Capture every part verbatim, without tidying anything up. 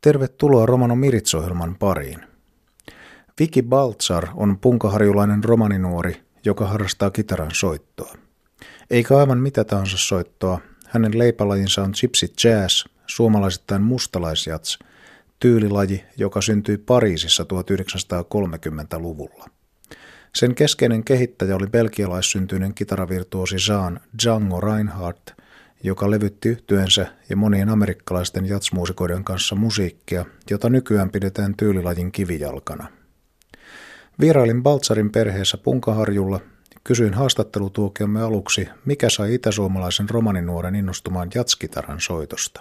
Tervetuloa Romano Mirits-ohjelman pariin. Viki Baltzar on punkaharjulainen romaninuori, joka harrastaa kitaran soittoa. Eikä aivan mitä tahansa soittoa, hänen leipälajinsa on gypsy jazz, suomalaisittain mustalaisjats, tyylilaji, joka syntyi Pariisissa tuhatyhdeksänsataakolmekymmentäluvulla. Sen keskeinen kehittäjä oli belgialaissyntyinen kitaravirtuosi Jean Django Reinhardt, joka levytti yhtyeensä ja monien amerikkalaisten jatsmuusikoiden kanssa musiikkia, jota nykyään pidetään tyylilajin kivijalkana. Vierailin Baltzarin perheessä Punkaharjulla. Kysyin haastattelutuokiomme aluksi, mikä sai itäsuomalaisen romaninuoren innostumaan jatskitaran soitosta.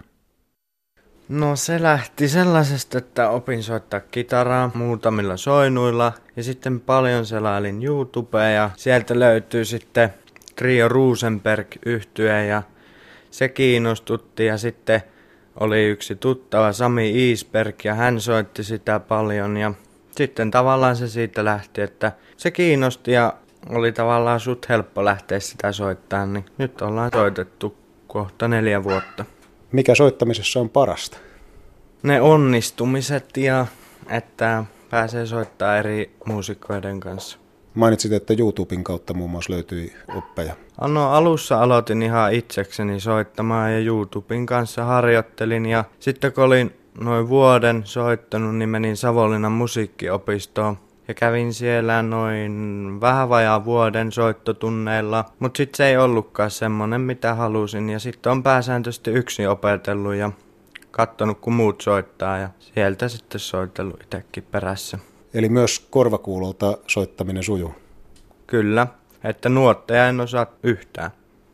No se lähti sellaisesta, että opin soittaa kitaraa muutamilla soinuilla ja sitten paljon selailin YouTubea ja sieltä löytyy sitten Trio Rosenberg-yhtye ja se kiinnostutti ja sitten oli yksi tuttava Sami Iisberg ja hän soitti sitä paljon ja sitten tavallaan se siitä lähti, että se kiinnosti ja oli tavallaan sut helppo lähteä sitä soittamaan, niin nyt ollaan soitettu kohta neljä vuotta. Mikä soittamisessa on parasta? Ne onnistumiset ja että pääsee soittamaan eri muusikoiden kanssa. Mainitsit, että YouTuben kautta muun muassa löytyi oppeja. No alussa aloitin ihan itsekseni soittamaan ja YouTuben kanssa harjoittelin ja sitten kun olin noin vuoden soittanut, niin menin Savonlinnan musiikkiopistoon ja kävin siellä noin vähän vajaa vuoden soittotunneilla, mutta sitten se ei ollutkaan semmonen mitä halusin ja sitten on pääsääntöisesti yksin opetellut ja katsonut kun muut soittaa ja sieltä sitten soitellut itsekin perässä. Eli myös korvakuulolta soittaminen sujuu? Kyllä, että nuotteja en osaa yhtään.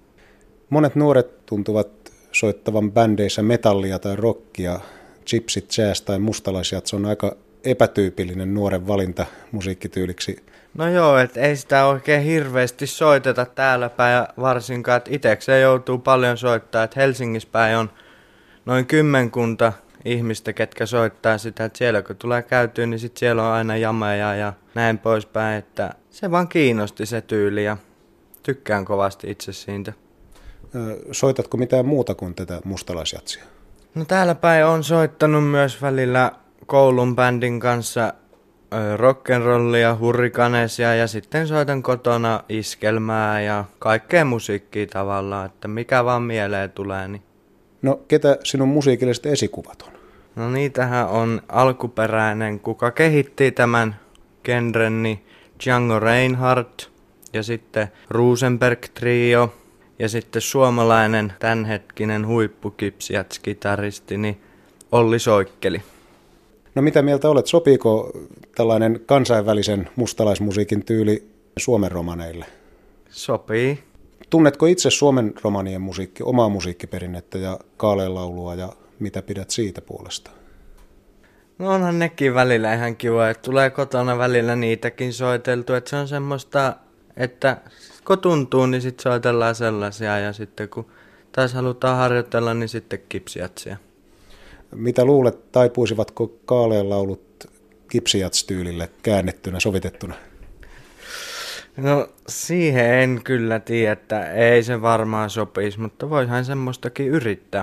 Monet nuoret tuntuvat soittavan bändeissä metallia tai rockia. Gypsy jazz tai mustalaisjats on aika epätyypillinen nuoren valinta musiikkityyliksi. No joo, et ei sitä oikein hirveästi soiteta täällä päin ja varsinkaan, että itsekseen joutuu paljon soittaa, että Helsingissä päin on noin kymmenkunta ihmistä, ketkä soittaa sitä, että siellä kun tulee käytyä, niin sit siellä on aina jameja ja näin poispäin, että se vaan kiinnosti se tyyli ja tykkään kovasti itse siitä. Soitatko mitään muuta kuin tätä mustalaisjatsia? No täällä päin on soittanut myös välillä koulun bändin kanssa rock'n'rollia, hurrikanesia ja sitten soitan kotona iskelmää ja kaikkea musiikkia tavallaan, että mikä vaan mieleen tulee. Niin. No ketä sinun musiikilliset esikuvat on? No niitähän on alkuperäinen, kuka kehitti tämän genren, niin Django Reinhardt ja sitten Rosenberg Trio ja sitten suomalainen tämänhetkinen huippukipsijats-kitaristi, niin Olli Soikkeli. No mitä mieltä olet, sopiiko tällainen kansainvälisen mustalaismusiikin tyyli Suomen romaneille? Sopii. Tunnetko itse Suomen romanien musiikki, omaa musiikkiperinnettä ja kaaleenlaulua ja mitä pidät siitä puolesta? No onhan nekin välillä ihan kiva, että tulee kotona välillä niitäkin soiteltu, että se on semmoista, että kun tuntuu, niin sitten soitellaan sellaisia ja sitten kun taas halutaan harjoitella, niin sitten kipsijatsia. Mitä luulet, taipuisivatko kaaleenlaulut kipsijats-tyylille käännettynä, sovitettuna? No siihen en kyllä tiedä, että ei se varmaan sopisi, mutta voihan semmoistakin yrittää.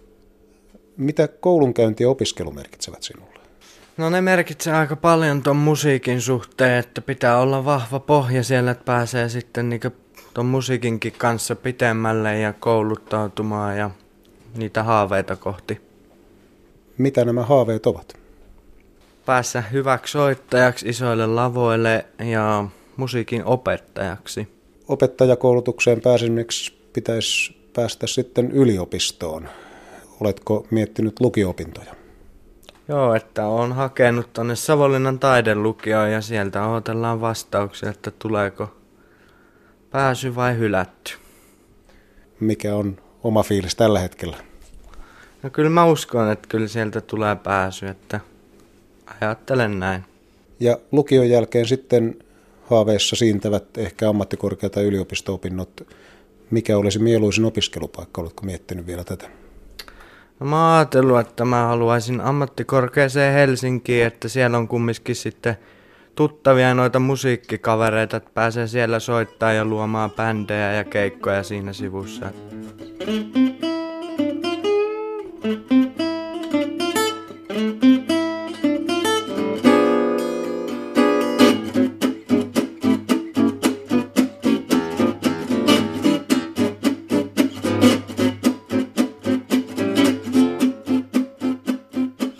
Mitä koulunkäynti ja opiskelu merkitsevät sinulle? No ne merkitsee aika paljon ton musiikin suhteen, että pitää olla vahva pohja siellä, että pääsee sitten niinku ton musiikinkin kanssa pitemmälle ja kouluttautumaan ja niitä haaveita kohti. Mitä nämä haaveet ovat? Päässä hyväksi soittajaksi isoille lavoille ja musiikin opettajaksi. Opettajakoulutukseen pääsemiseksi pitäisi päästä sitten yliopistoon. Oletko miettinyt lukio-opintoja? Joo, että olen hakenut tuonne Savonlinnan taidelukioon ja sieltä odotellaan vastauksia, että tuleeko pääsy vai hylätty. Mikä on oma fiilis tällä hetkellä? No kyllä mä uskon, että kyllä sieltä tulee pääsy, että ajattelen näin. Ja lukion jälkeen sitten haaveissa siintävät ehkä ammattikorkea- tai yliopisto-opinnot. Mikä olisi mieluisin opiskelupaikka? Oletko miettinyt vielä tätä? No mä oon ajatellut, että mä haluaisin ammattikorkeaseen Helsinkiin, että siellä on kumminkin sitten tuttavia noita musiikkikavereita, että pääsee siellä soittaa ja luomaan bändejä ja keikkoja siinä sivussa. Thank you.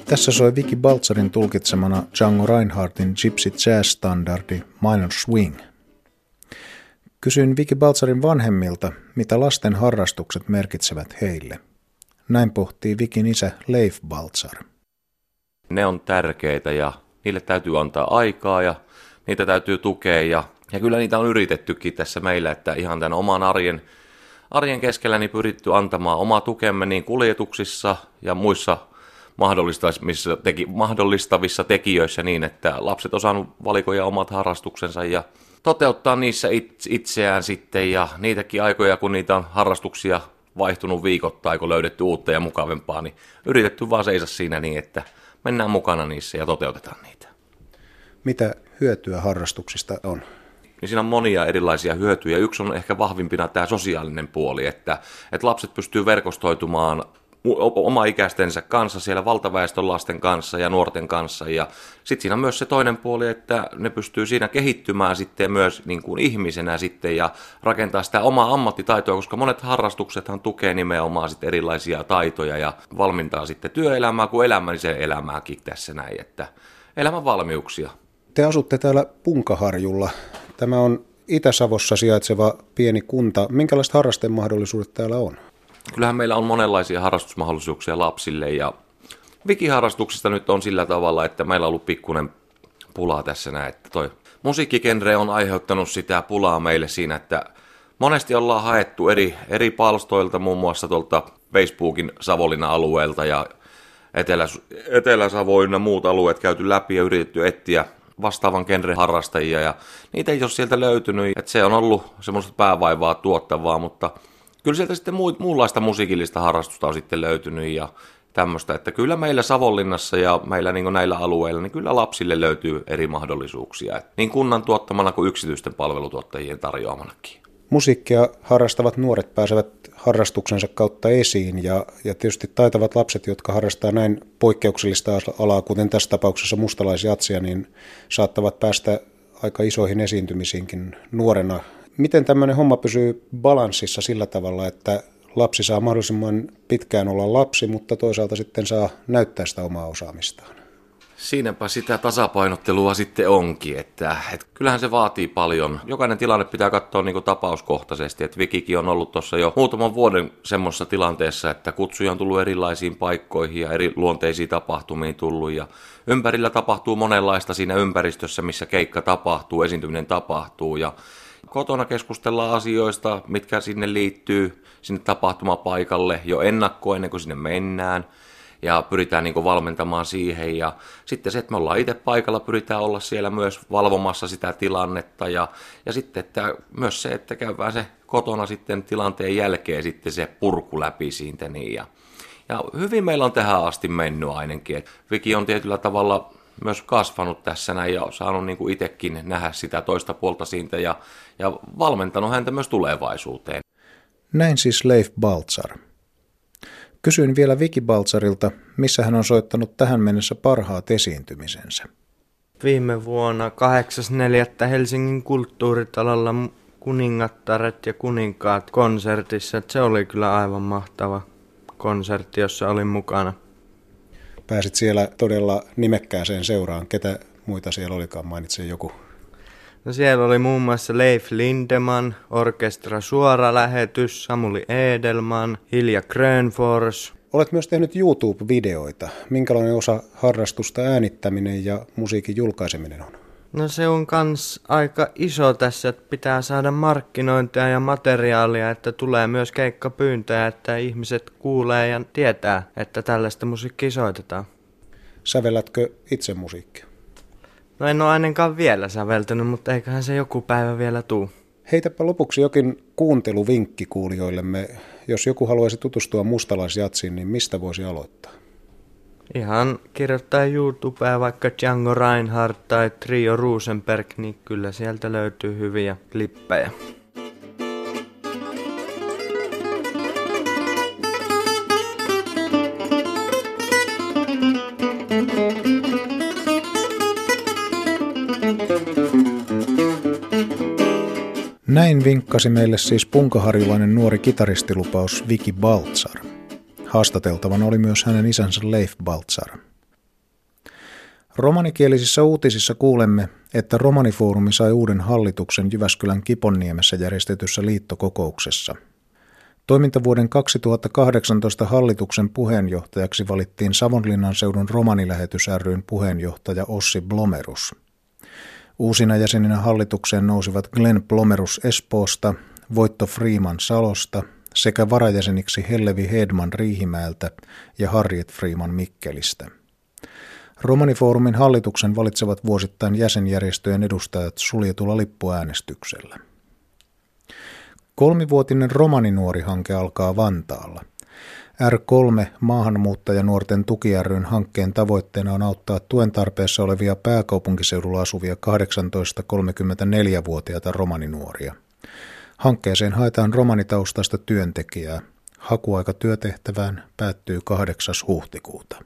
Tässä soi Vicky Baltzarin tulkitsemana Django Reinhardtin Gypsy Jazz-standardi Minor Swing. Kysyin Vicky Baltzarin vanhemmilta, mitä lasten harrastukset merkitsevät heille. Näin pohtii Vikin isä Leif Baltzar. Ne on tärkeitä ja niille täytyy antaa aikaa ja niitä täytyy tukea ja, ja kyllä niitä on yritettykin tässä meillä, että ihan tämän oman arjen, arjen keskellä niin pyritty antamaan oma tukemme niin kuljetuksissa ja muissa mahdollistavissa, teki, mahdollistavissa tekijöissä niin, että lapset on saanut valikoida omat harrastuksensa ja toteuttaa niissä itseään sitten ja niitäkin aikoja, kun niitä on harrastuksia vaihtunut viikoittain, kun löydetty uutta ja mukavempaa, niin yritetty vaan seisa siinä niin, että mennään mukana niissä ja toteutetaan niitä. Mitä hyötyä harrastuksista on? Niin siinä on monia erilaisia hyötyjä. Yksi on ehkä vahvimpina tämä sosiaalinen puoli, että, että lapset pystyy verkostoitumaan oma-ikäistensä kanssa, siellä valtaväestön lasten kanssa ja nuorten kanssa. Ja sitten siinä on myös se toinen puoli, että ne pystyy siinä kehittymään sitten myös niin kuin ihmisenä sitten ja rakentaa sitä omaa ammattitaitoa, koska monet harrastuksethan tukee nimenomaan sitten erilaisia taitoja ja valmentaa sitten työelämää kuin elämän elämääkin tässä näin, että elämän valmiuksia. Te asutte täällä Punkaharjulla. Tämä on Itä-Savossa sijaitseva pieni kunta. Minkälaiset harrastemahdollisuudet täällä on? Kyllähän meillä on monenlaisia harrastusmahdollisuuksia lapsille ja Vikiharrastuksista nyt on sillä tavalla, että meillä on ollut pikkuinen pulaa tässä näin, että toi musiikkigenre on aiheuttanut sitä pulaa meille siinä, että monesti ollaan haettu eri, eri palstoilta, muun muassa tuolta Facebookin Savonlinnan alueelta ja Etelä, Etelä-Savoin ja muut alueet käyty läpi ja yritetty etsiä vastaavan genren harrastajia ja niitä ei ole sieltä löytynyt, että se on ollut semmoista päävaivaa tuottavaa, mutta kyllä sieltä sitten muunlaista musiikillista harrastusta on sitten löytynyt ja tämmöistä, että kyllä meillä Savonlinnassa ja meillä niin kuin näillä alueilla, niin kyllä lapsille löytyy eri mahdollisuuksia, niin kunnan tuottamana kuin yksityisten palvelutuottajien tarjoamanakin. Musiikkia harrastavat nuoret pääsevät harrastuksensa kautta esiin ja, ja tietysti taitavat lapset, jotka harrastaa näin poikkeuksellista alaa, kuten tässä tapauksessa mustalaisjatsia, niin saattavat päästä aika isoihin esiintymisiinkin nuorena. Miten tämmöinen homma pysyy balanssissa sillä tavalla, että lapsi saa mahdollisimman pitkään olla lapsi, mutta toisaalta sitten saa näyttää sitä omaa osaamistaan? Siinäpä sitä tasapainottelua sitten onkin, että, että kyllähän se vaatii paljon. Jokainen tilanne pitää katsoa niin kuin tapauskohtaisesti, että Vikikin on ollut tuossa jo muutaman vuoden semmoisessa tilanteessa, että kutsuja on tullut erilaisiin paikkoihin ja eri luonteisiin tapahtumiin tullut ja ympärillä tapahtuu monenlaista siinä ympäristössä, missä keikka tapahtuu, esiintyminen tapahtuu ja kotona keskustellaan asioista, mitkä sinne liittyy sinne tapahtumapaikalle jo ennakkoon ennen kuin sinne mennään. Ja pyritään niin kuin valmentamaan siihen ja sitten se, että me ollaan itse paikalla, pyritään olla siellä myös valvomassa sitä tilannetta ja, ja sitten että myös se, että käydään se kotona sitten tilanteen jälkeen sitten se purku läpi siitä niin ja, ja hyvin meillä on tähän asti mennyt ainakin. Et Viki on tietyllä tavalla myös kasvanut tässä näin ja saanut niin kuin itsekin nähdä sitä toista puolta siitä ja, ja valmentanut häntä myös tulevaisuuteen. Näin siis Leif Baltzar. Kysyin vielä Vicky Baltzarilta, missä hän on soittanut tähän mennessä parhaat esiintymisensä. Viime vuonna kahdeksas neljättä Helsingin kulttuuritalolla Kuningattaret ja kuninkaat konsertissa. Se oli kyllä aivan mahtava konsertti, jossa olin mukana. Pääsit siellä todella nimekkääseen seuraan. Ketä muita siellä olikaan? Mainitse joku. No siellä oli muun muassa Leif Lindeman, orkestra Suora lähetys, Samuli Edelman, Hilja Grönfors. Olet myös tehnyt YouTube-videoita. Minkälainen osa harrastusta äänittäminen ja musiikin julkaiseminen on? No se on kans aika iso tässä, että pitää saada markkinointia ja materiaalia, että tulee myös keikkapyyntöjä, että ihmiset kuulee ja tietää, että tällaista musiikkia soitetaan. Sävellätkö itse musiikkia? No en ole ainakaan vielä säveltänyt, mutta eiköhän se joku päivä vielä tuu. Heitäpä lopuksi jokin kuunteluvinkki kuulijoillemme. Jos joku haluaisi tutustua mustalaisjatsiin, niin mistä voisi aloittaa? Ihan kirjoittaa YouTubea vaikka Django Reinhardt tai Trio Rosenberg, niin kyllä sieltä löytyy hyviä klippejä. Näin vinkkasi meille siis punkaharjulainen nuori kitaristilupaus Vicky Baltzar. Haastateltavana oli myös hänen isänsä Leif Baltzar. Romanikielisissä uutisissa kuulemme, että Romanifoorumi sai uuden hallituksen Jyväskylän Kiponniemessä järjestetyssä liittokokouksessa. Toimintavuoden kaksituhattakahdeksantoista hallituksen puheenjohtajaksi valittiin Savonlinnan seudun romanilähetys ry:n puheenjohtaja Ossi Blomerus. Uusina jäseninä hallitukseen nousivat Glenn Blomerus Espoosta, Voitto Freeman Salosta sekä varajäseniksi Hellevi Hedman Riihimäeltä ja Harriet Freeman Mikkelistä. Romanifoorumin hallituksen valitsevat vuosittain jäsenjärjestöjen edustajat suljetulla lippuäänestyksellä. Kolmivuotinen romaninuori-hanke alkaa Vantaalla. R kolme maahanmuuttajanuorten tuki ry:n hankkeen tavoitteena on auttaa tuen tarpeessa olevia pääkaupunkiseudulla asuvia kahdeksantoista–kolmekymmentäneljä-vuotiaita romaninuoria. Hankkeeseen haetaan romanitaustaista työntekijää. Hakuaika työtehtävään päättyy kahdeksas huhtikuuta.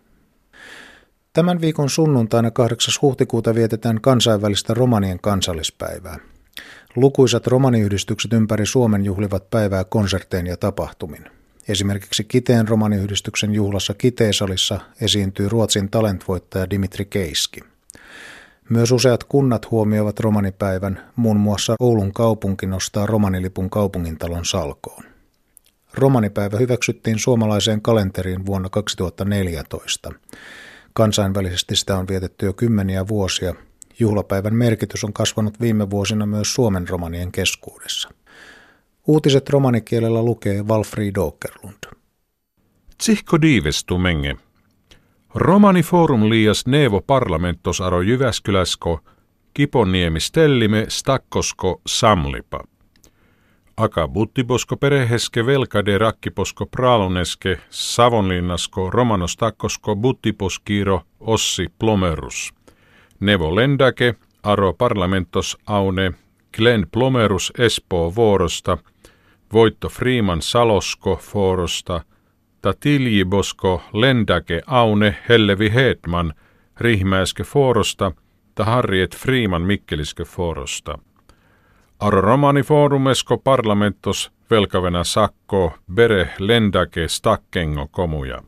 Tämän viikon sunnuntaina kahdeksas huhtikuuta vietetään kansainvälistä romanien kansallispäivää. Lukuisat romaniyhdistykset ympäri Suomen juhlivat päivää konsertein ja tapahtumin. Esimerkiksi Kiteen romaniyhdistyksen juhlassa Kiteesalissa esiintyy Ruotsin talentvoittaja Dimitri Keiski. Myös useat kunnat huomioivat romanipäivän, muun muassa Oulun kaupunki nostaa romanilipun kaupungintalon salkoon. Romanipäivä hyväksyttiin suomalaiseen kalenteriin vuonna kaksituhattaneljätoista. Kansainvälisesti sitä on vietetty jo kymmeniä vuosia. Juhlapäivän merkitys on kasvanut viime vuosina myös Suomen romanien keskuudessa. Uutiset romanikielellä lukee Valfrid Åkerlund. Tsihko diivestumenge. Romaniforum liias nevo parlamentos aro Jyväskyläsko, Kiponniemi stellime stakkosko samlipa. Aka buttiposko pereheske velkade rakkiposko praaloneske Savonlinnasko romano stakkosko buttiposkiiro Ossi Blomerus. Nevo lendake aro parlamentos aune Glenn Blomerus Espoo vuorosta, Voitto Freeman Salosko vuorosta, Tatiljibosko lendake aune Hellevi Hedman Riihimäeske vuorosta, ta Harriet Freeman Mikkeliske vuorosta. Aro romanifoorumesko parlamentos velkavena sakko bere lendake stakkengo komuja.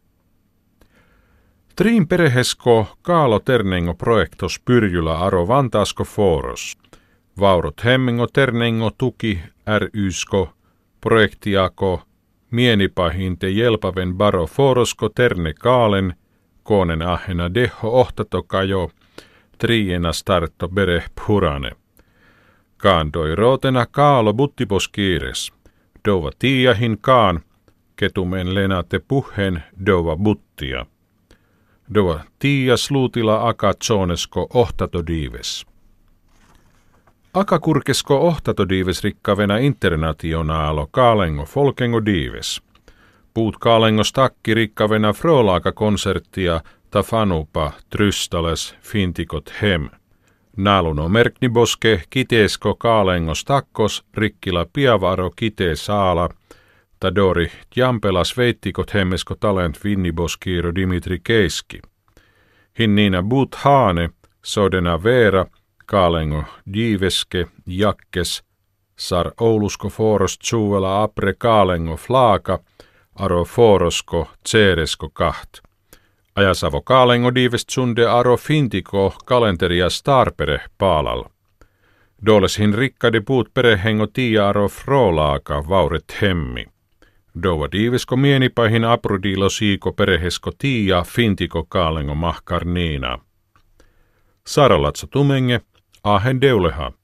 Triin perehesko kaalo ternengo projektos pyrjyla aro Vantaasko fooros. Vaurot hemmengo ternengo tuki rysko projektiako mienipahinte jelpaven baro foorosko terne kaalen koonen ahena deho ohtatokajo triena startto bere purane. Kaandoi rootena kaalo buttiposkiires. Dova tiiahin kaan ketumen lenate puhen dova buttia. Dova tiias luutila aka tsonesko ohtatodiives. Aka kurkesko ohtatodiives rikkavena internationaalo kaalengo folkengo diives. Puut kaalengo stakki rikkavena frolaaka konserttia ta fanupa trystales fintikot hem. Naaluno merkniboske kiteesko kaalengo stakkos rikkila piavaro kitee saala ta dori jampelas veittikot hemmesko talent vinniboskiiro Dimitri Keiski. Hinniina but haane sodena veera kaalengo diiveske jakkes sar oulusko fooros tsuuvela apre kaalengo flaaka aro foorosko tseeresko kaht. Ajasavo kaalengo diivest sunde aro fintiko kalenteria starpere paalal. Doleshin rikkadi puut perehengo tiia aro frolaaka vauret hemmi. Dova diivesko mienipaihin aprudilo siiko perehesko tiia fintiko kaalengo mahkarniina. Saralatsa tumenge, ahen deuleha.